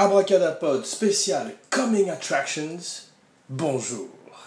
Abracadapod spécial Coming Attractions, bonjour.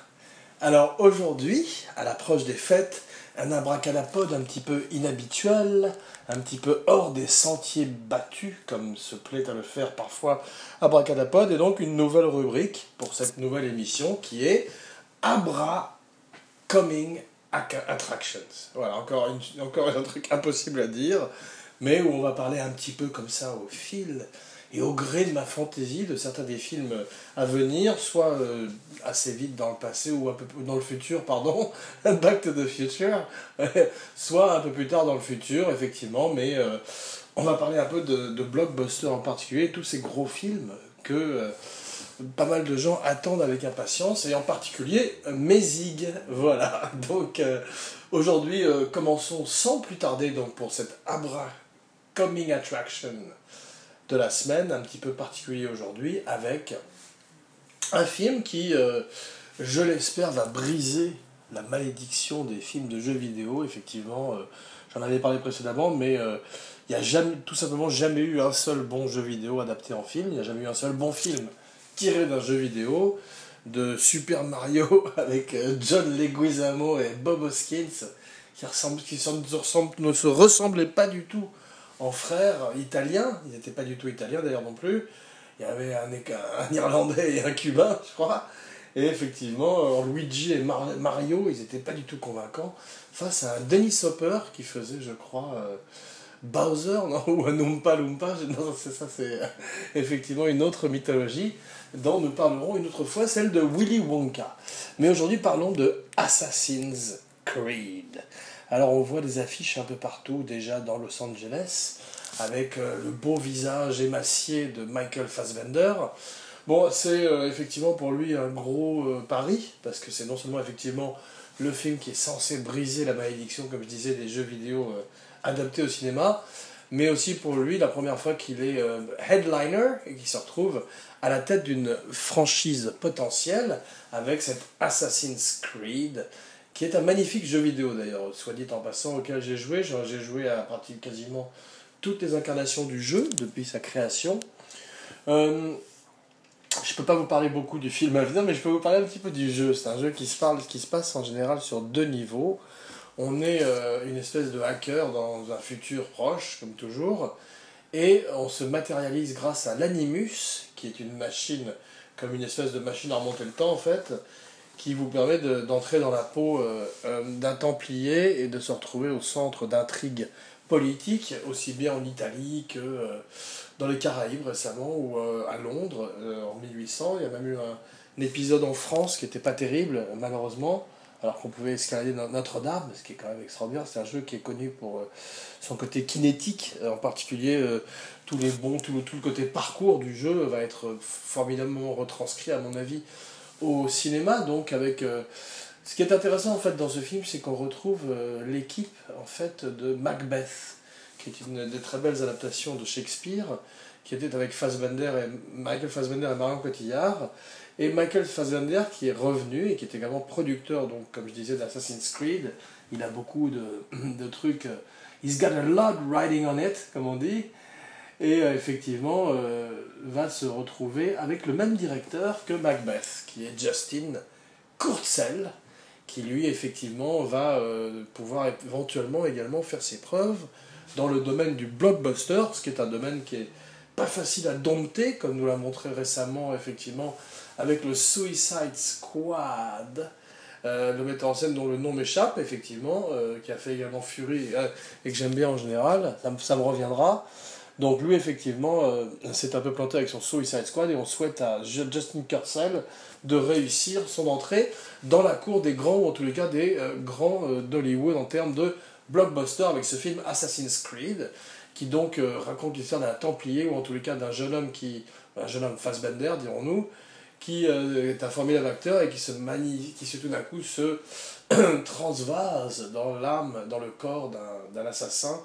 Alors aujourd'hui, à l'approche des fêtes, un abracadapod un petit peu inhabituel, un petit peu hors des sentiers battus, comme se plaît à le faire parfois Abracadapod, et donc une nouvelle rubrique pour cette nouvelle émission qui est Abra Coming Attractions. Voilà, encore un truc impossible à dire, mais où on va parler un petit peu comme ça au fil et au gré de ma fantaisie de certains des films à venir, soit assez vite dans le passé ou un peu dans le futur, pardon, Back to the Future, soit un peu plus tard dans le futur, effectivement, mais on va parler un peu de blockbusters en particulier, tous ces gros films que pas mal de gens attendent avec impatience, et en particulier Mézig, voilà. Donc aujourd'hui, commençons sans plus tarder donc pour cette Abra Coming Attraction de la semaine, un petit peu particulier aujourd'hui, avec un film qui, je l'espère, va briser la malédiction des films de jeux vidéo. Effectivement, j'en avais parlé précédemment, mais il n'y a tout simplement jamais eu un seul bon jeu vidéo adapté en film, il n'y a jamais eu un seul bon film tiré d'un jeu vidéo, de Super Mario avec John Leguizamo et Bob Hoskins, qui ne se ressemblaient pas du tout en frères italiens. Ils n'étaient pas du tout italiens d'ailleurs non plus. Il y avait un Irlandais et un Cubain, je crois. Et effectivement, Luigi et Mario, ils n'étaient pas du tout convaincants face à un Dennis Hopper qui faisait, je crois, Bowser, non, ou un Oompa Loompa. Non, c'est ça, c'est effectivement une autre mythologie dont nous parlerons une autre fois, celle de Willy Wonka. Mais aujourd'hui, parlons de Assassin's Creed. Alors on voit des affiches un peu partout déjà dans Los Angeles avec le beau visage émacié de Michael Fassbender. Bon, c'est effectivement pour lui un gros pari, parce que c'est non seulement effectivement le film qui est censé briser la malédiction, comme je disais, des jeux vidéo adaptés au cinéma, mais aussi pour lui la première fois qu'il est headliner et qu'il se retrouve à la tête d'une franchise potentielle avec cet Assassin's Creed, qui est un magnifique jeu vidéo d'ailleurs, soit dit en passant, auquel j'ai joué. J'ai joué à partir de quasiment toutes les incarnations du jeu depuis sa création. Je ne peux pas vous parler beaucoup du film à venir, mais je peux vous parler un petit peu du jeu. C'est un jeu qui se passe en général sur 2 niveaux. On est une espèce de hacker dans un futur proche, comme toujours, et on se matérialise grâce à l'Animus, qui est une machine, comme une espèce de machine à remonter le temps en fait, qui vous permet d'entrer dans la peau d'un Templier et de se retrouver au centre d'intrigues politiques, aussi bien en Italie que dans les Caraïbes récemment, ou à Londres en 1800. Il y a même eu un épisode en France qui n'était pas terrible, malheureusement, alors qu'on pouvait escalader Notre-Dame, ce qui est quand même extraordinaire. C'est un jeu qui est connu pour son côté kinétique, en particulier tout le côté parcours du jeu va être formidablement retranscrit, à mon avis, au cinéma. Donc avec ce qui est intéressant en fait dans ce film, c'est qu'on retrouve l'équipe en fait de Macbeth, qui est une des très belles adaptations de Shakespeare, qui était avec Michael Fassbender et Marion Cotillard, et Michael Fassbender qui est revenu et qui est également producteur, donc comme je disais, d'Assassin's Creed. Il a beaucoup de trucs, he's got a lot riding on it, comme on dit. Et effectivement va se retrouver avec le même directeur que Macbeth, qui est Justin Kurzel, qui lui effectivement va pouvoir éventuellement également faire ses preuves dans le domaine du blockbuster, ce qui est un domaine qui est pas facile à dompter, comme nous l'a montré récemment effectivement avec le Suicide Squad, le metteur en scène dont le nom m'échappe effectivement, qui a fait également Fury et que j'aime bien en général, ça me reviendra. Donc lui, effectivement, s'est un peu planté avec son Suicide Squad, et on souhaite à Justin Kurzel de réussir son entrée dans la cour des grands, ou en tous les cas des grands d'Hollywood en termes de blockbuster, avec ce film Assassin's Creed, qui donc raconte l'histoire d'un Templier, ou en tous les cas d'un jeune homme Fassbender, dirons-nous, qui est un formidable acteur et qui tout d'un coup se transvase dans l'âme, dans le corps d'un assassin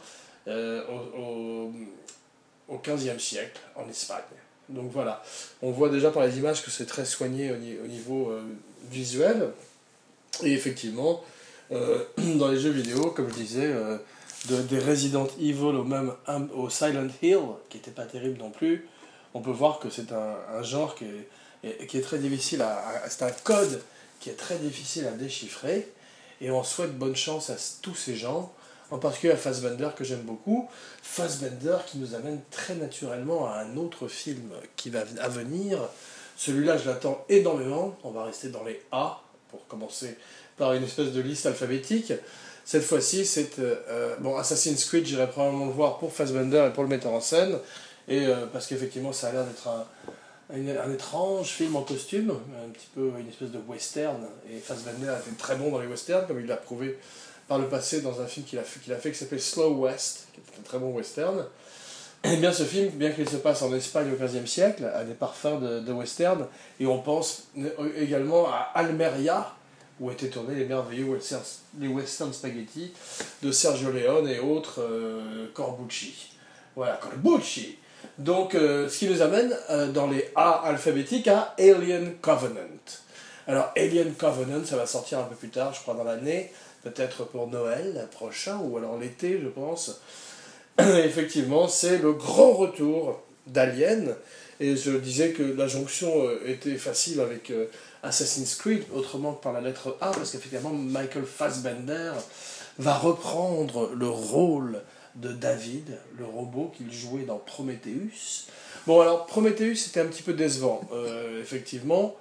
au XVe siècle, en Espagne. Donc voilà, on voit déjà par les images que c'est très soigné au niveau visuel, et effectivement, dans les jeux vidéo, comme je disais, des Resident Evil au Silent Hill, qui n'était pas terrible non plus, on peut voir que c'est un genre qui est très difficile c'est un code qui est très difficile à déchiffrer, et on souhaite bonne chance à tous ces gens, en particulier à Fassbender que j'aime beaucoup. Fassbender qui nous amène très naturellement à un autre film qui va à venir. Celui-là, je l'attends énormément. On va rester dans les A pour commencer par une espèce de liste alphabétique. Cette fois-ci, c'est Assassin's Creed, j'irai probablement le voir pour Fassbender et pour le metteur en scène, et parce qu'effectivement ça a l'air d'être un étrange film en costume, un petit peu une espèce de western, et Fassbender a été très bon dans les westerns, comme il l'a prouvé par le passé dans un film qu'il a fait qui s'appelle Slow West, qui est un très bon western. Et bien ce film, bien qu'il se passe en Espagne au XVe siècle, a des parfums de western, et on pense également à Almeria, où étaient tournés les merveilleux western spaghetti de Sergio Leone et autres, Corbucci. Voilà, Corbucci. Donc, ce qui nous amène dans les A alphabétiques à Alien Covenant. Alors, Alien Covenant, ça va sortir un peu plus tard, je crois, dans l'année, peut-être pour Noël prochain, ou alors l'été, je pense. Effectivement, c'est le grand retour d'Alien, et je disais que la jonction était facile avec Assassin's Creed, autrement que par la lettre A, parce qu'effectivement, Michael Fassbender va reprendre le rôle de David, le robot qu'il jouait dans Prometheus. Bon, alors, Prometheus, c'était un petit peu décevant. Effectivement,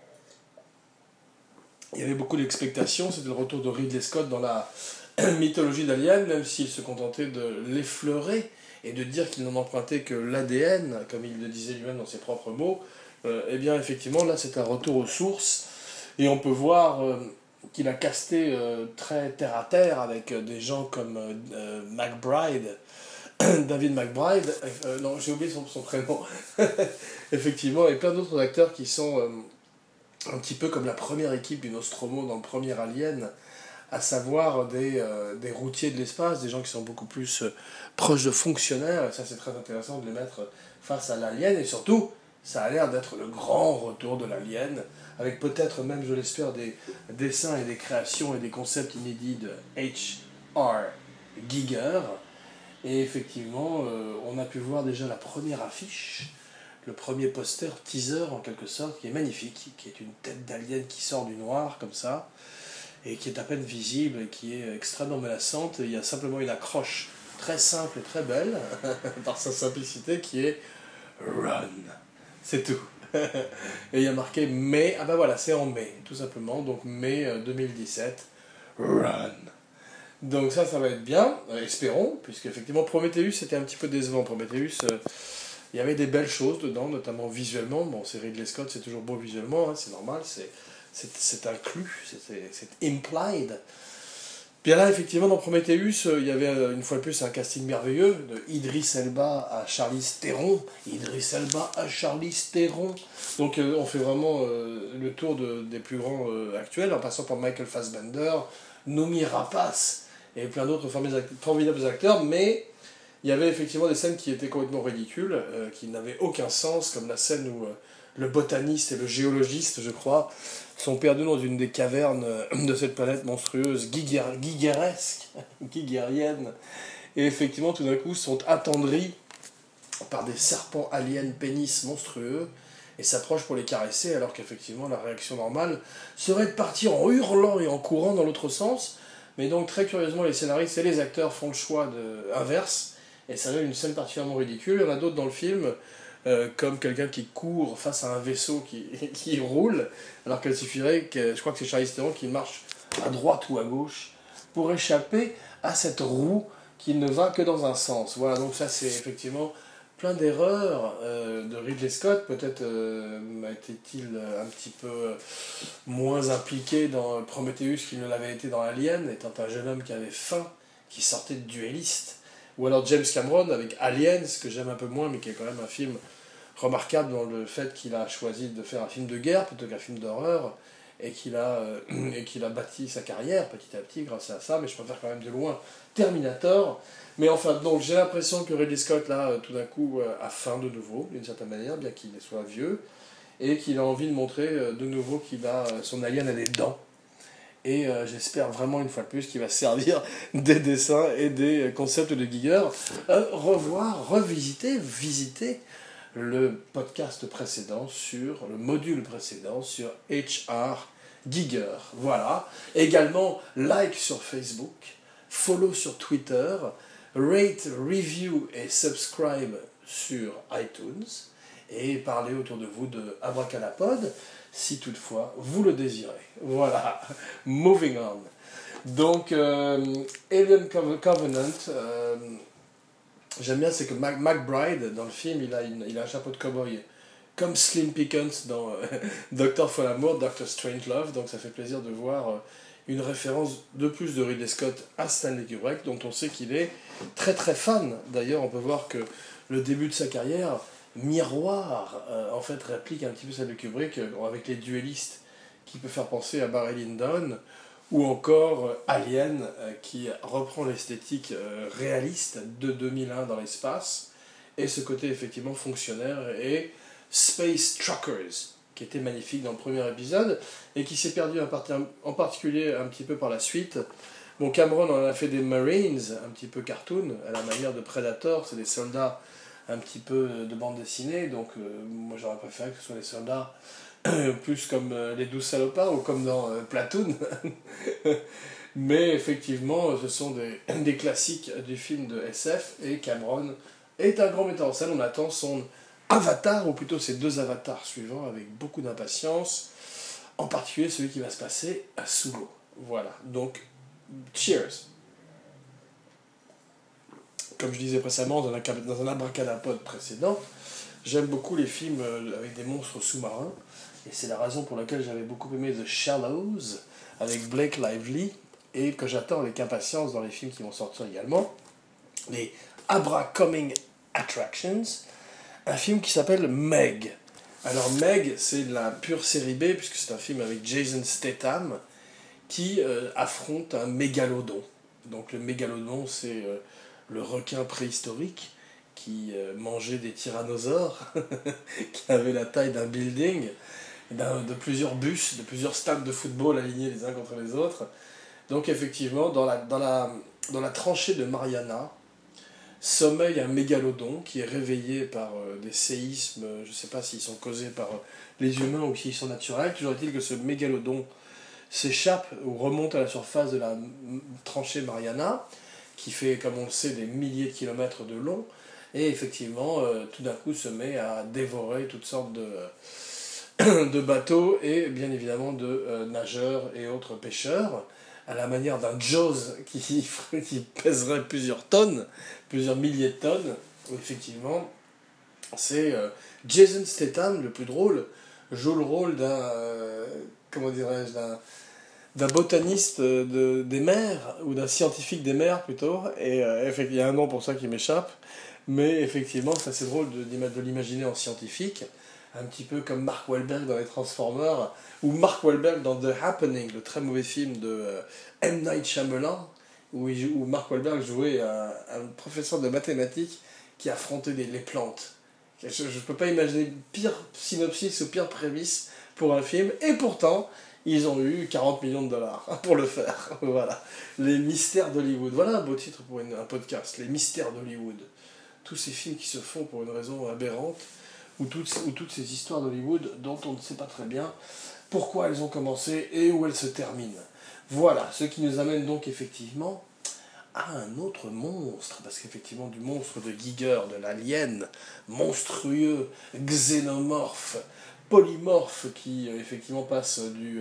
il y avait beaucoup d'expectations, c'était le retour de Ridley Scott dans la mythologie d'Alien, même s'il se contentait de l'effleurer et de dire qu'il n'en empruntait que l'ADN, comme il le disait lui-même dans ses propres mots. Eh bien, effectivement, là, c'est un retour aux sources, et on peut voir qu'il a casté très terre-à-terre avec des gens comme McBride, David McBride, non, j'ai oublié son prénom, effectivement, et plein d'autres acteurs qui sont un petit peu comme la première équipe du Nostromo dans le premier Alien, à savoir des routiers de l'espace, des gens qui sont beaucoup plus proches de fonctionnaires, et ça c'est très intéressant de les mettre face à l'Alien, et surtout, ça a l'air d'être le grand retour de l'Alien, avec peut-être même, je l'espère, des dessins et des créations et des concepts inédits de H.R. Giger. Et effectivement, on a pu voir déjà la première affiche, le premier poster, teaser en quelque sorte, qui est magnifique, qui est une tête d'alien qui sort du noir, comme ça, et qui est à peine visible, et qui est extrêmement menaçante. Et il y a simplement une accroche très simple et très belle, par sa simplicité, qui est Run. C'est tout. Et il y a marqué mai, ah ben voilà, c'est en mai, tout simplement, donc mai 2017, Run. Donc ça va être bien, espérons, puisque effectivement Prometheus c'était un petit peu décevant. Prometheus, il y avait des belles choses dedans, notamment visuellement. Bon, c'est Ridley Scott, c'est toujours beau visuellement, hein, c'est normal, c'est inclus, c'est implied. Bien là, effectivement, dans Prometheus, il y avait une fois de plus un casting merveilleux, de Idris Elba à Charlize Theron. Idris Elba à Charlize Theron. Donc on fait vraiment le tour des plus grands actuels, en passant par Michael Fassbender, Noomi Rapace, et plein d'autres formidables acteurs, mais il y avait effectivement des scènes qui étaient complètement ridicules, qui n'avaient aucun sens, comme la scène où le botaniste et le géologiste, je crois, sont perdus dans une des cavernes de cette planète monstrueuse, guigueresque, guiguerienne, et effectivement tout d'un coup sont attendris par des serpents aliens pénis monstrueux, et s'approchent pour les caresser, alors qu'effectivement la réaction normale serait de partir en hurlant et en courant dans l'autre sens. Mais donc très curieusement les scénaristes et les acteurs font le choix inverse, et ça donne une scène particulièrement ridicule. Il y en a d'autres dans le film, comme quelqu'un qui court face à un vaisseau qui roule, alors qu'elle suffirait, je crois que c'est Charlize Theron qui marche à droite ou à gauche, pour échapper à cette roue qui ne va que dans un sens. Voilà, donc ça c'est effectivement plein d'erreurs de Ridley Scott. Peut-être était-il un petit peu moins impliqué dans Prometheus qu'il ne l'avait été dans Alien, étant un jeune homme qui avait faim, qui sortait de duelliste. Ou alors James Cameron avec Aliens, que j'aime un peu moins, mais qui est quand même un film remarquable dans le fait qu'il a choisi de faire un film de guerre plutôt qu'un film d'horreur, et qu'il a bâti sa carrière petit à petit grâce à ça, mais je préfère quand même de loin Terminator. Mais enfin, donc j'ai l'impression que Ridley Scott, là, tout d'un coup, a faim de nouveau, d'une certaine manière, bien qu'il soit vieux, et qu'il a envie de montrer de nouveau qu'il a son alien à des dents. Et j'espère vraiment une fois de plus qu'il va servir des dessins et des concepts de Giger. Revoir, revisiter, visiter le podcast précédent le module précédent sur HR Giger. Voilà. Également, like sur Facebook, follow sur Twitter, rate, review et subscribe sur iTunes et parlez autour de vous de Abracadapod si toutefois vous le désirez. Voilà. Moving on. Donc, Alien Covenant, j'aime bien, c'est que McBride, dans le film, il a un chapeau de cow-boy, comme Slim Pickens dans Docteur Folamour, Doctor Strangelove, donc ça fait plaisir de voir une référence de plus de Ridley Scott à Stanley Kubrick, dont on sait qu'il est très très fan. D'ailleurs, on peut voir que le début de sa carrière, Miroir, en fait, réplique un petit peu celle de Kubrick, avec les duellistes, qui peut faire penser à Barry Lyndon, ou encore Alien, qui reprend l'esthétique réaliste de 2001 dans l'espace, et ce côté effectivement fonctionnaire, et Space Truckers, qui était magnifique dans le premier épisode, et qui s'est perdu en particulier un petit peu par la suite. Bon, Cameron en a fait des Marines, un petit peu cartoon, à la manière de Predator, c'est des soldats un petit peu de bande dessinée, donc moi j'aurais préféré que ce soit des soldats plus comme les 12 salopards ou comme dans Platoon. Mais effectivement, ce sont des classiques du film de SF, et Cameron est un grand metteur en scène. On attend son avatar, ou plutôt ses deux avatars suivants, avec beaucoup d'impatience, en particulier celui qui va se passer sous l'eau. Voilà, donc cheers. Comme je disais précédemment dans un abracadapod précédent, j'aime beaucoup les films avec des monstres sous-marins, et c'est la raison pour laquelle j'avais beaucoup aimé The Shallows avec Blake Lively, et que j'attends avec impatience dans les films qui vont sortir également, les Abracoming Attractions, un film qui s'appelle Meg. Alors Meg, c'est de la pure série B, puisque c'est un film avec Jason Statham qui affronte un mégalodon. Donc le mégalodon, c'est le requin préhistorique qui mangeait des tyrannosaures, qui avait la taille d'un building, de plusieurs bus, de plusieurs stades de football alignés les uns contre les autres. Donc effectivement, dans la tranchée de Mariana, sommeille un mégalodon qui est réveillé par des séismes, je ne sais pas s'ils sont causés par les humains ou s'ils sont naturels. Toujours est-il que ce mégalodon s'échappe ou remonte à la surface de la tranchée Mariana, qui fait, comme on le sait, des milliers de kilomètres de long, et effectivement, tout d'un coup se met à dévorer toutes sortes de bateaux et bien évidemment de nageurs et autres pêcheurs, à la manière d'un Jaws qui pèserait plusieurs tonnes, plusieurs milliers de tonnes. Effectivement, c'est Jason Statham, le plus drôle, joue le rôle d'un, comment dirais-je, d'un botaniste des mers, ou d'un scientifique des mers plutôt, et il y a un nom pour ça qui m'échappe, mais effectivement c'est assez drôle de l'imaginer en scientifique, un petit peu comme Mark Wahlberg dans les Transformers, ou Mark Wahlberg dans The Happening, le très mauvais film de M. Night Shyamalan, où Mark Wahlberg jouait un professeur de mathématiques qui affrontait les plantes. Je ne peux pas imaginer pire synopsis ou pire prémisse pour un film, et pourtant, ils ont eu 40 millions de dollars pour le faire. Voilà. Les mystères d'Hollywood. Voilà un beau titre pour un podcast. Les mystères d'Hollywood. Tous ces films qui se font pour une raison aberrante, ou toutes ces histoires d'Hollywood dont on ne sait pas très bien pourquoi elles ont commencé et où elles se terminent. Voilà, ce qui nous amène donc effectivement à un autre monstre, parce qu'effectivement du monstre de Giger, de l'alien, monstrueux, xénomorphe, polymorphe, qui effectivement passe du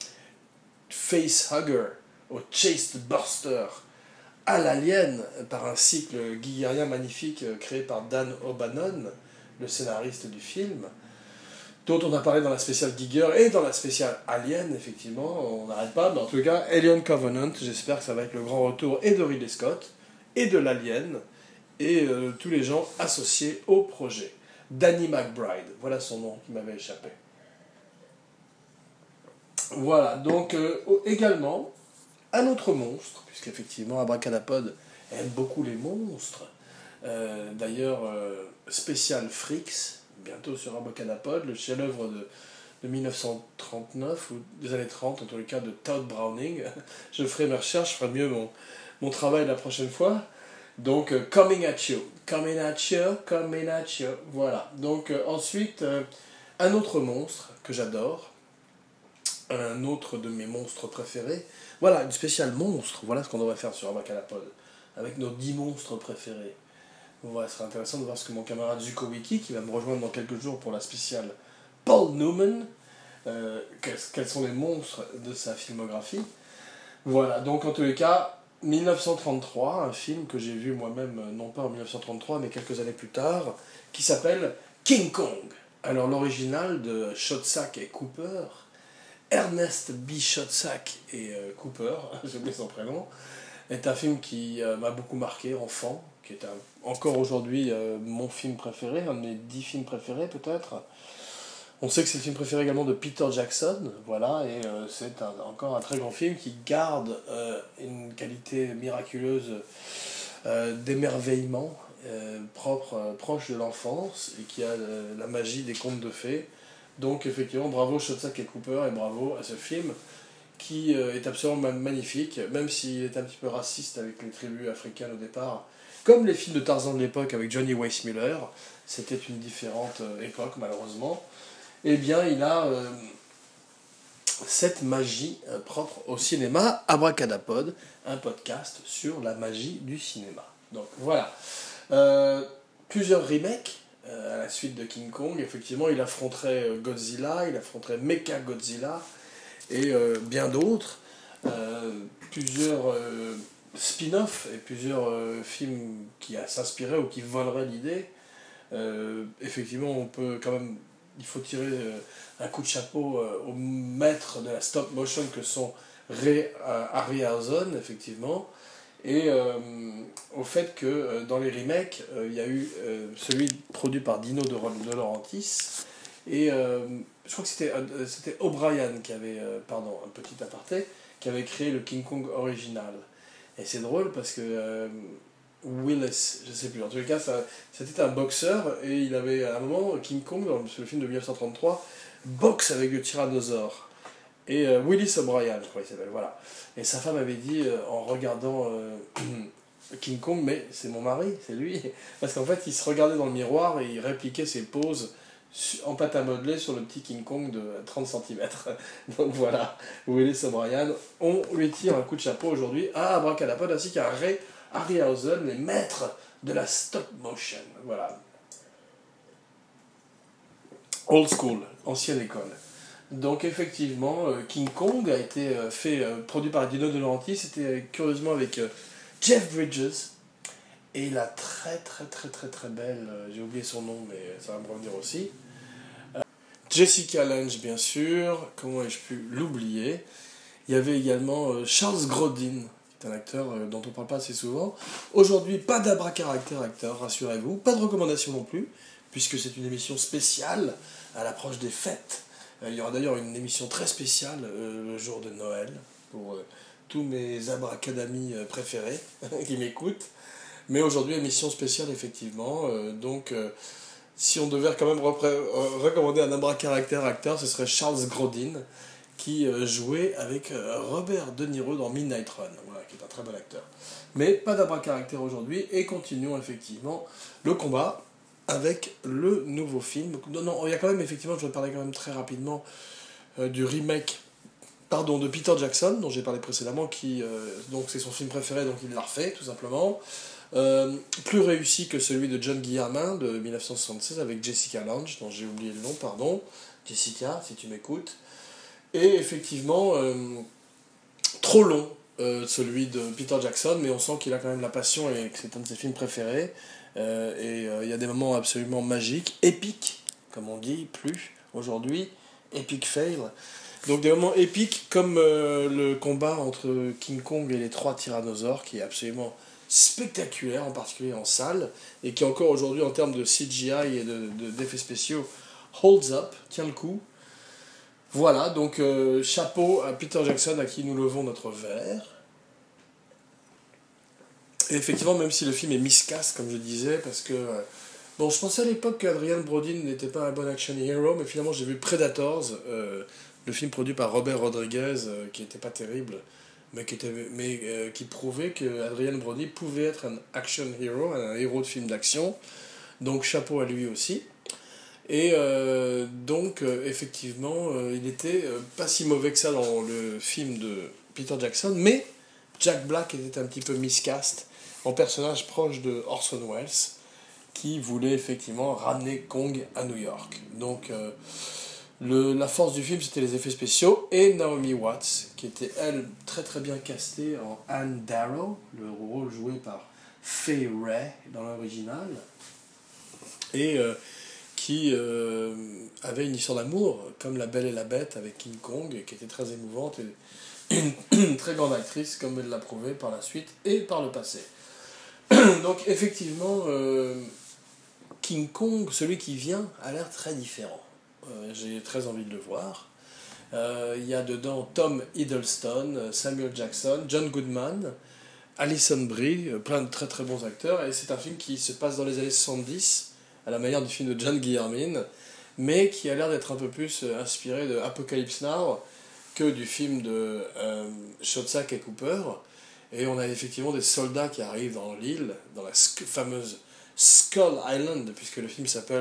facehugger au chestbuster à l'alien par un cycle gigerien magnifique créé par Dan O'Bannon, le scénariste du film, dont on a parlé dans la spéciale Giger et dans la spéciale Alien, effectivement, on n'arrête pas, mais en tout cas, Alien Covenant, j'espère que ça va être le grand retour et de Ridley Scott, et de l'Alien, et tous les gens associés au projet. Danny McBride, voilà son nom qui m'avait échappé. Voilà, donc également, un autre monstre, puisqu'effectivement Abracadapod aime beaucoup les monstres, d'ailleurs spécial Freaks, bientôt sur Abracadapod, le chef-d'œuvre de 1939, ou des années 30, en tous les cas de Todd Browning. Je ferai mes recherches, je ferai mieux mon travail la prochaine fois. Donc, Coming at You. Coming at You, coming at you. Voilà. Donc, ensuite, un autre monstre que j'adore. Un autre de mes monstres préférés. Voilà, une spéciale monstre. Voilà ce qu'on devrait faire sur Abracadapod. Avec nos 10 monstres préférés. Voilà, ce serait intéressant de voir ce que mon camarade Zuko Wiki, qui va me rejoindre dans quelques jours pour la spéciale Paul Newman, quels sont les monstres de sa filmographie. Voilà, donc en tous les cas, 1933, un film que j'ai vu moi-même, non pas en 1933, mais quelques années plus tard, qui s'appelle King Kong. Alors l'original de Schoedsack et Cooper, Ernest B. Schoedsack et Cooper, j'ai oublié son prénom, est un film qui m'a beaucoup marqué, enfant, qui est encore aujourd'hui mon film préféré, un de mes 10 films préférés peut-être. On sait que c'est le film préféré également de Peter Jackson, voilà, et c'est encore un très grand film qui garde une qualité miraculeuse d'émerveillement proche de l'enfance et qui a la magie des contes de fées. Donc effectivement, bravo Schoedsack et Cooper et bravo à ce film qui est absolument magnifique, même s'il est un petit peu raciste avec les tribus africaines au départ, comme les films de Tarzan de l'époque avec Johnny Weissmuller, c'était une différente époque malheureusement. Eh bien, il a cette magie propre au cinéma, Abracadapod, un podcast sur la magie du cinéma. Donc voilà. Plusieurs remakes à la suite de King Kong. Effectivement, il affronterait Godzilla, il affronterait Mecha Godzilla et bien d'autres. Plusieurs spin-offs et plusieurs films qui s'inspiraient ou qui voleraient l'idée. Effectivement, on peut quand même. Il faut tirer un coup de chapeau aux maîtres de la stop motion que sont Ray Harryhausen, effectivement, et au fait que dans les remakes, il y a eu celui produit par Dino De Laurentiis, et je crois que c'était O'Brien qui avait, pardon, un petit aparté, qui avait créé le King Kong original. Et c'est drôle parce que Willis, je sais plus, en tous les cas, c'était un boxeur et il avait à un moment, King Kong, dans le film de 1933, boxe avec le tyrannosaure. Et Willis O'Brien, je crois qu'il s'appelle, voilà. Et sa femme avait dit, en regardant King Kong, mais c'est mon mari, c'est lui. Parce qu'en fait, il se regardait dans le miroir et il répliquait ses poses en pâte à modeler sur le petit King Kong de 30 cm. Donc voilà, Willis O'Brien, on lui tire un coup de chapeau aujourd'hui à Abracadapod ainsi qu'à Ray Harryhausen, les maîtres de la stop motion. Voilà. Old school, ancienne école. Donc effectivement, King Kong a été produit par Dino De Laurentiis, c'était curieusement avec Jeff Bridges, et la très belle, j'ai oublié son nom mais ça va me revenir aussi, Jessica Lange bien sûr, comment ai-je pu l'oublier. Il y avait également Charles Grodin, qui est un acteur dont on ne parle pas assez souvent. Aujourd'hui, pas d'abracaractère acteur, rassurez-vous, pas de recommandation non plus, puisque c'est une émission spéciale à l'approche des fêtes. Il y aura d'ailleurs une émission très spéciale le jour de Noël, pour tous mes abracadamis préférés qui m'écoutent. Mais aujourd'hui, émission spéciale effectivement, donc si on devait quand même recommander un abracaractère acteur, ce serait Charles Grodin, qui jouait avec Robert De Niro dans Midnight Run, voilà, qui est un très bon acteur. Mais pas d'abracaractère aujourd'hui, et continuons effectivement le combat avec le nouveau film. Non, il y a quand même, effectivement, je vais parler quand même très rapidement du remake de Peter Jackson, dont j'ai parlé précédemment, qui donc c'est son film préféré, donc il l'a refait, tout simplement. Plus réussi que celui de John Guillermin de 1976 avec Jessica Lange, dont j'ai oublié le nom, pardon. Jessica, si tu m'écoutes. Et effectivement, trop long, celui de Peter Jackson, mais on sent qu'il a quand même la passion et que c'est un de ses films préférés. Et il y a des moments absolument magiques, épiques, comme on dit, plus aujourd'hui, epic fail. Donc des moments épiques comme le combat entre King Kong et les 3 tyrannosaures, qui est absolument spectaculaire, en particulier en salle, et qui encore aujourd'hui en termes de CGI et d'effets spéciaux holds up, tient le coup. Voilà, donc chapeau à Peter Jackson à qui nous levons notre verre. Et effectivement, même si le film est miscast, comme je disais, parce que... bon, je pensais à l'époque qu'Adrian Brody n'était pas un bon action hero, mais finalement j'ai vu Predators, le film produit par Robert Rodriguez, qui n'était pas terrible, qui prouvait que Adrien Brody pouvait être un action hero, un héros de film d'action. Donc chapeau à lui aussi. Et effectivement, il était pas si mauvais que ça dans le film de Peter Jackson, mais Jack Black était un petit peu miscast en personnage proche de Orson Welles, qui voulait effectivement ramener Kong à New York. Donc la force du film, c'était les effets spéciaux, et Naomi Watts, qui était, elle, très très bien castée en Anne Darrow, le rôle joué par Fay Wray dans l'original, et qui avait une histoire d'amour, comme La Belle et la Bête avec King Kong, qui était très émouvante, et une très grande actrice, comme elle l'a prouvé par la suite et par le passé. Donc effectivement, King Kong, celui qui vient, a l'air très différent. J'ai très envie de le voir. Il y a dedans Tom Hiddleston, Samuel Jackson, John Goodman, Alison Brie, plein de très très bons acteurs, et c'est un film qui se passe dans les années 70, à la manière du film de John Guillermin, mais qui a l'air d'être un peu plus inspiré de Apocalypse Now que du film de Schoedsack et Cooper. Et on a effectivement des soldats qui arrivent dans l'île, dans la fameuse Skull Island, puisque le film s'appelle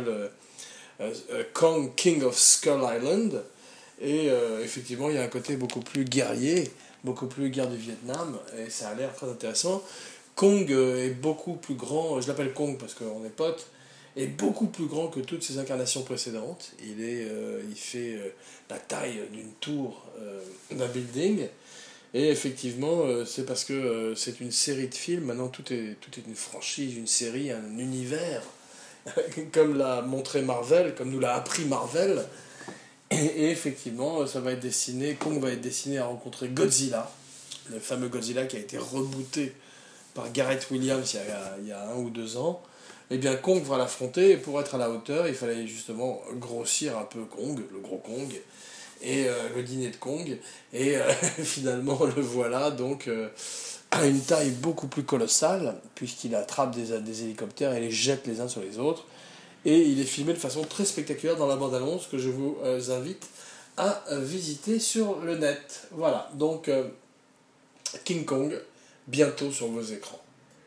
Kong, King of Skull Island. Et effectivement, il y a un côté beaucoup plus guerrier, beaucoup plus guerre du Vietnam, et ça a l'air très intéressant. Kong est beaucoup plus grand, je l'appelle Kong parce qu'on est potes, est beaucoup plus grand que toutes ses incarnations précédentes. Il fait la taille d'une tour, d'un building. Et effectivement, c'est parce que c'est une série de films, maintenant tout est une franchise, une série, un univers, comme l'a montré Marvel, comme nous l'a appris Marvel. Et effectivement, ça va être destiné, Kong va être destiné à rencontrer Godzilla, le fameux Godzilla qui a été rebooté par Gareth Williams il y a 1 ou 2 ans. Et bien Kong va l'affronter, et pour être à la hauteur, il fallait justement grossir un peu Kong, le gros Kong, et le dîner de Kong, et finalement le voilà donc à une taille beaucoup plus colossale, puisqu'il attrape des hélicoptères et les jette les uns sur les autres, et il est filmé de façon très spectaculaire dans la bande-annonce que je vous invite à visiter sur le net. Voilà, donc King Kong, bientôt sur vos écrans.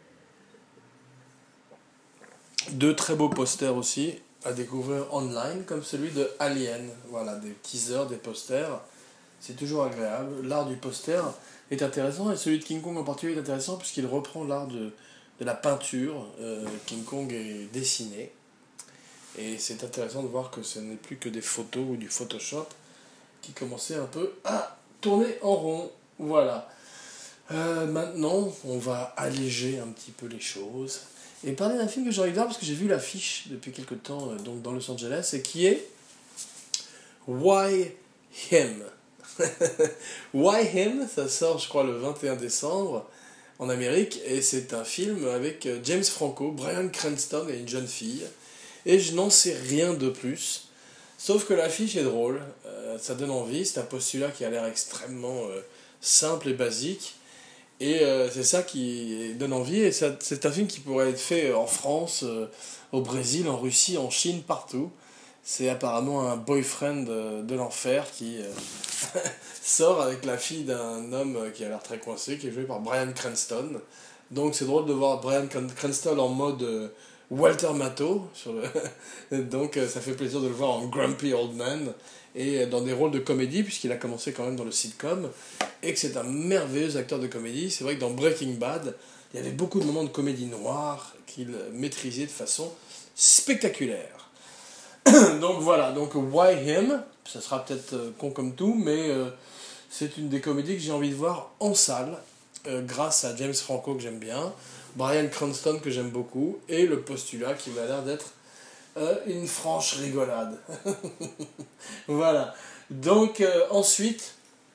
2 très beaux posters aussi à découvrir online, comme celui de Alien. Voilà, des teasers, des posters. C'est toujours agréable. L'art du poster est intéressant, et celui de King Kong en particulier est intéressant puisqu'il reprend l'art de la peinture. King Kong est dessiné. Et c'est intéressant de voir que ce n'est plus que des photos ou du Photoshop qui commençaient un peu à tourner en rond. Voilà. Maintenant, on va alléger un petit peu les choses et parler d'un film que j'ai envie de voir parce que j'ai vu l'affiche depuis quelques temps donc dans Los Angeles, et qui est Why Him. Why Him, ça sort je crois le 21 décembre en Amérique, et c'est un film avec James Franco, Bryan Cranston et une jeune fille, et je n'en sais rien de plus, sauf que l'affiche est drôle, ça donne envie, c'est un postulat qui a l'air extrêmement simple et basique, et c'est ça qui donne envie, et c'est un film qui pourrait être fait en France, au Brésil, en Russie, en Chine, partout. C'est apparemment un boyfriend de l'enfer qui sort avec la fille d'un homme qui a l'air très coincé, qui est joué par Bryan Cranston. Donc c'est drôle de voir Bryan Cranston en mode Walter Matthau. Donc ça fait plaisir de le voir en Grumpy Old Man, et dans des rôles de comédie, puisqu'il a commencé quand même dans le sitcom, et que c'est un merveilleux acteur de comédie. C'est vrai que dans Breaking Bad, il y avait beaucoup de moments de comédie noire qu'il maîtrisait de façon spectaculaire. Donc voilà, donc Why Him, ça sera peut-être con comme tout, mais c'est une des comédies que j'ai envie de voir en salle, grâce à James Franco que j'aime bien, Bryan Cranston que j'aime beaucoup, et le postulat qui m'a l'air d'être une franche rigolade. Voilà. Donc ensuite,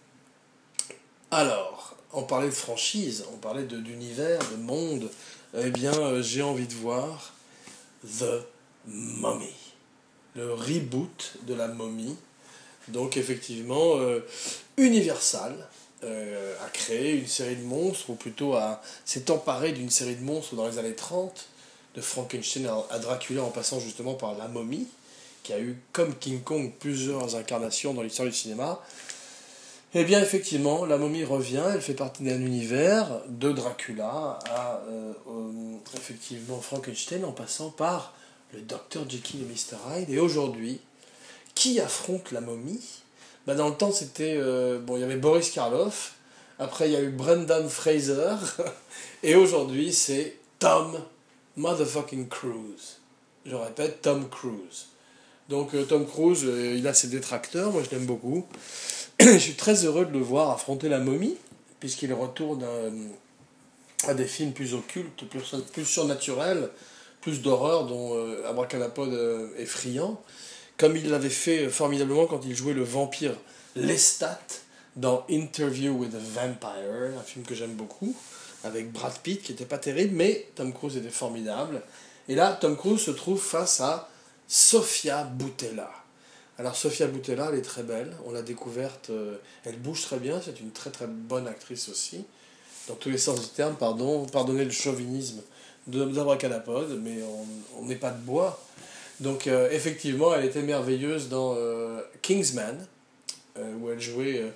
alors, on parlait de franchise, on parlait d'univers, de monde, eh bien j'ai envie de voir The Mummy, le reboot de la momie. Donc effectivement, Universal a créé une série de monstres, ou plutôt s'est emparé d'une série de monstres dans les années 30, de Frankenstein à Dracula, en passant justement par la momie, qui a eu, comme King Kong, plusieurs incarnations dans l'histoire du cinéma. Eh bien, effectivement, la momie revient, elle fait partie d'un univers de Dracula à, effectivement, Frankenstein, en passant par le Dr Jekyll et Mr Hyde. Et aujourd'hui, qui affronte la momie? Bah, dans le temps, c'était... bon, il y avait Boris Karloff, après il y a eu Brendan Fraser, et aujourd'hui, c'est Tom motherfucking Cruise. Je répète, Tom Cruise. Donc Tom Cruise, il a ses détracteurs, moi je l'aime beaucoup. Je suis très heureux de le voir affronter la momie, puisqu'il retourne à des films plus occultes, plus surnaturels, plus d'horreur, dont Abracadapod est friand, comme il l'avait fait formidablement quand il jouait le vampire Lestat dans Interview with a Vampire, un film que j'aime beaucoup, avec Brad Pitt, qui n'était pas terrible, mais Tom Cruise était formidable. Et là, Tom Cruise se trouve face à Sofia Boutella. Alors Sofia Boutella, elle est très belle, on l'a découverte, elle bouge très bien, c'est une très très bonne actrice aussi, dans tous les sens du terme, pardonnez le chauvinisme d'Abracadapod, mais on n'est pas de bois. Donc effectivement, elle était merveilleuse dans Kingsman, où elle jouait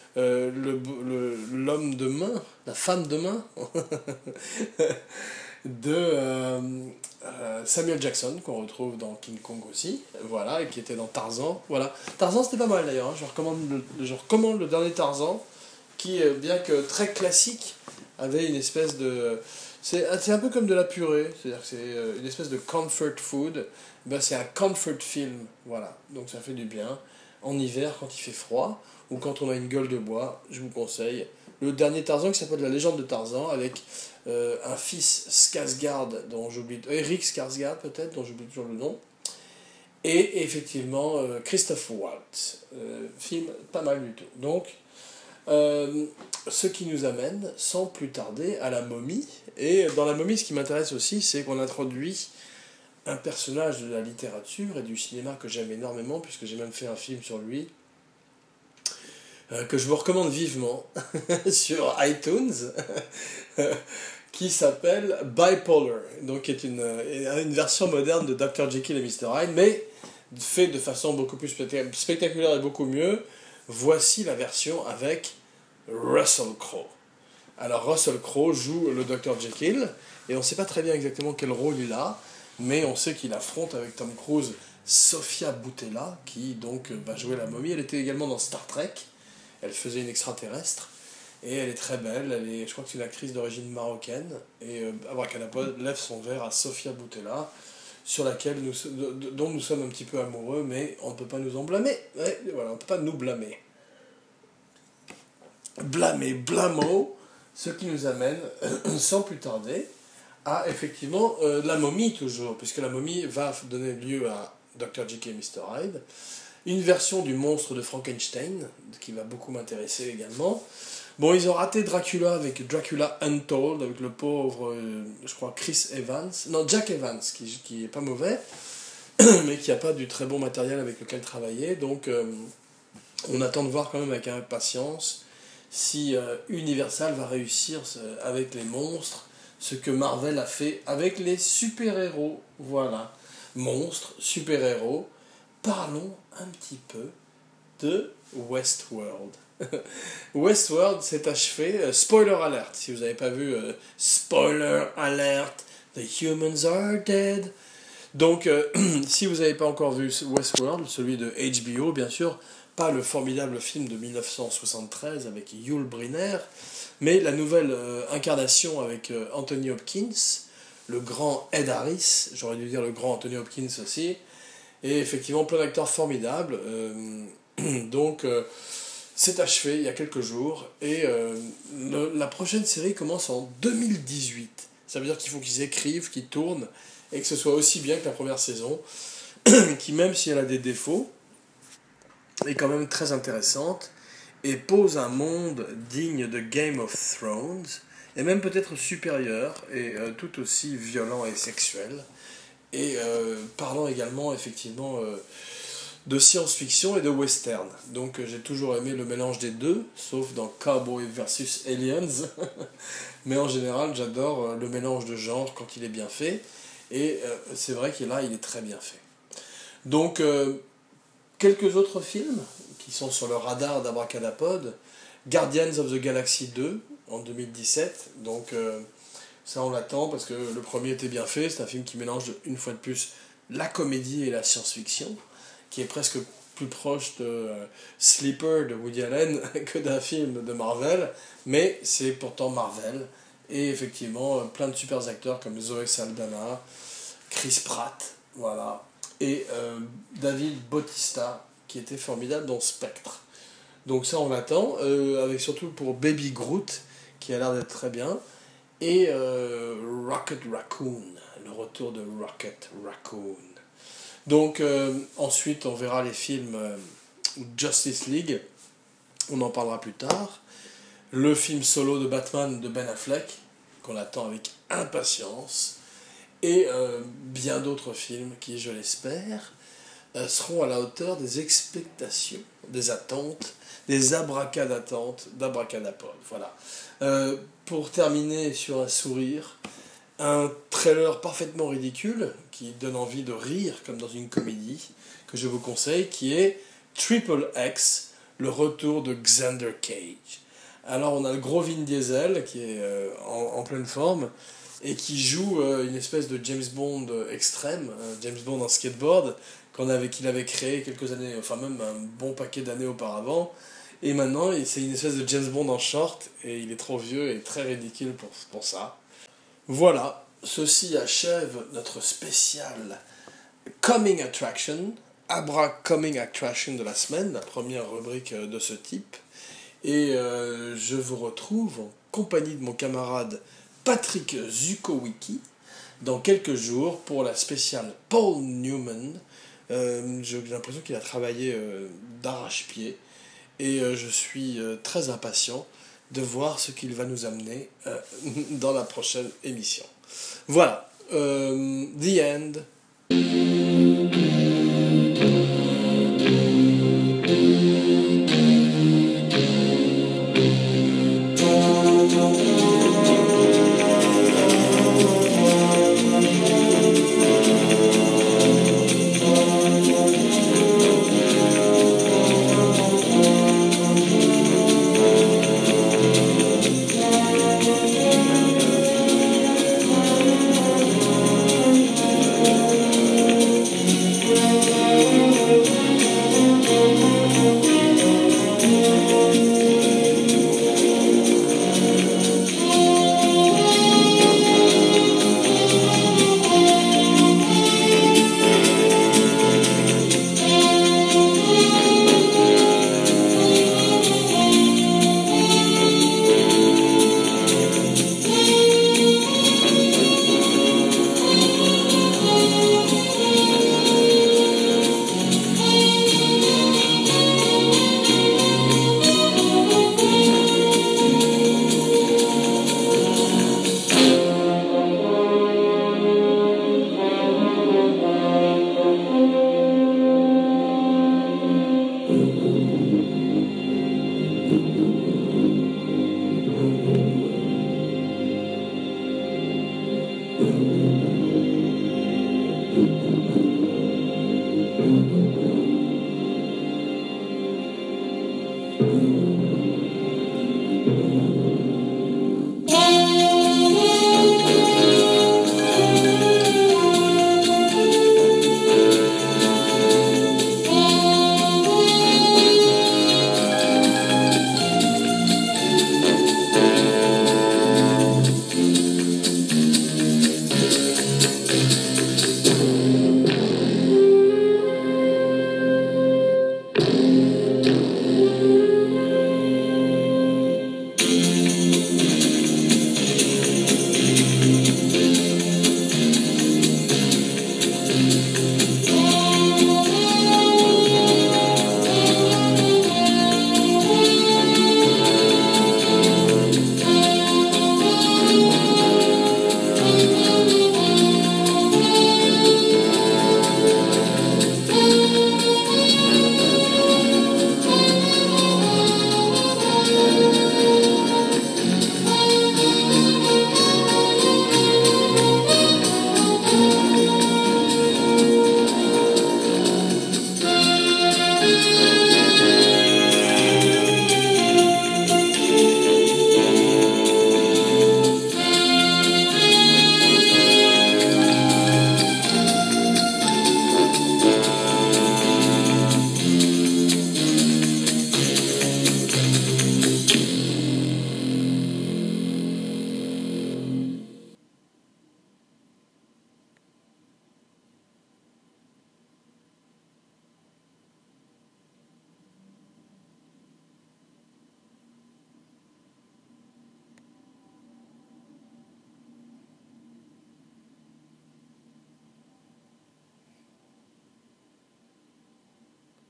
l'homme de main, la femme de main, de Samuel Jackson, qu'on retrouve dans King Kong aussi, voilà, et qui était dans Tarzan. Voilà. Tarzan, c'était pas mal d'ailleurs, hein. Je recommande le dernier Tarzan, qui, bien que très classique, avait une espèce de... C'est un peu comme de la purée, c'est-à-dire que c'est une espèce de comfort food. Ben, c'est un comfort film, voilà, donc ça fait du bien. En hiver, quand il fait froid, ou quand on a une gueule de bois, je vous conseille le dernier Tarzan qui s'appelle La Légende de Tarzan, avec un fils Skarsgård, dont j'oublie... Eric Skarsgård peut-être, dont j'oublie toujours le nom, et effectivement Christophe Waltz. Film pas mal du tout. Donc, ce qui nous amène, sans plus tarder, à la momie. Et dans la momie, ce qui m'intéresse aussi, c'est qu'on introduit un personnage de la littérature et du cinéma que j'aime énormément, puisque j'ai même fait un film sur lui, que je vous recommande vivement, sur iTunes, qui s'appelle Bipolar, donc qui est une version moderne de Dr Jekyll et Mr Hyde, mais fait de façon beaucoup plus spectaculaire et beaucoup mieux. Voici la version avec Russell Crowe. Alors Russell Crowe joue le Dr Jekyll, et on ne sait pas très bien exactement quel rôle il a, mais on sait qu'il affronte avec Tom Cruise Sofia Boutella, qui donc va jouer la momie. Elle était également dans Star Trek, elle faisait une extraterrestre, et elle est très belle, je crois que c'est une actrice d'origine marocaine, et Abracadapod lève son verre à Sofia Boutella, sur laquelle dont nous sommes un petit peu amoureux, mais on ne peut pas nous en blâmer. Ouais, voilà, on ne peut pas nous blâmer. Blâmo, ce qui nous amène, sans plus tarder, à effectivement la momie toujours, puisque la momie va donner lieu à Dr Jekyll et Mr Hyde, une version du monstre de Frankenstein, qui va beaucoup m'intéresser également. Bon, ils ont raté Dracula avec Dracula Untold, avec le pauvre, je crois, Jack Evans, qui est pas mauvais, mais qui n'a pas du très bon matériel avec lequel travailler, donc on attend de voir quand même avec impatience si Universal va réussir avec les monstres, ce que Marvel a fait avec les super-héros. Voilà, monstres, super-héros. Parlons un petit peu de Westworld. Westworld s'est achevé, spoiler alert, si vous n'avez pas vu, spoiler alert, the humans are dead. Donc, si vous n'avez pas encore vu Westworld, celui de HBO, bien sûr, pas le formidable film de 1973 avec Yul Brynner, mais la nouvelle incarnation avec Anthony Hopkins, le grand Ed Harris, j'aurais dû dire le grand Anthony Hopkins aussi, et effectivement plein d'acteurs formidables. Donc, c'est achevé il y a quelques jours, et la prochaine série commence en 2018. Ça veut dire qu'il faut qu'ils écrivent, qu'ils tournent, et que ce soit aussi bien que la première saison, qui, même si elle a des défauts, est quand même très intéressante, et pose un monde digne de Game of Thrones, et même peut-être supérieur, et tout aussi violent et sexuel, et parlant également, effectivement, de science-fiction et de western. Donc j'ai toujours aimé le mélange des deux, sauf dans Cowboy vs Aliens, mais en général j'adore le mélange de genres quand il est bien fait, et c'est vrai qu'il est très bien fait. Donc quelques autres films qui sont sur le radar d'Abracadapod, Guardians of the Galaxy 2 en 2017. Donc ça on l'attend parce que le premier était bien fait. C'est un film qui mélange une fois de plus la comédie et la science-fiction, qui est presque plus proche de Sleeper de Woody Allen que d'un film de Marvel, mais c'est pourtant Marvel. Et effectivement, plein de super acteurs comme Zoé Saldana, Chris Pratt, voilà, et David Bautista, qui était formidable dans Spectre. Donc ça, on l'attend, avec surtout pour Baby Groot, qui a l'air d'être très bien, et Rocket Raccoon, le retour de Rocket Raccoon. Donc ensuite, on verra les films Justice League, on en parlera plus tard. Le film solo de Batman de Ben Affleck, qu'on attend avec impatience. Et bien d'autres films qui, je l'espère, seront à la hauteur des expectations, des attentes, des d'abracadapod. Voilà. Pour terminer sur un sourire, un trailer parfaitement ridicule qui donne envie de rire comme dans une comédie que je vous conseille, qui est Triple X, le retour de Xander Cage. Alors on a le gros Vin Diesel qui est en pleine forme et qui joue une espèce de James Bond extrême, James Bond en skateboard qu'il avait créé quelques années, enfin même un bon paquet d'années auparavant. Et maintenant c'est une espèce de James Bond en short et il est trop vieux et très ridicule pour ça. Voilà, ceci achève notre spécial Coming Attraction, Abra Coming Attraction de la semaine, la première rubrique de ce type. Et je vous retrouve en compagnie de mon camarade Patrick Zukowicki dans quelques jours pour la spéciale Paul Newman. J'ai l'impression qu'il a travaillé d'arrache-pied et je suis très impatient de voir ce qu'il va nous amener dans la prochaine émission. Voilà, the end.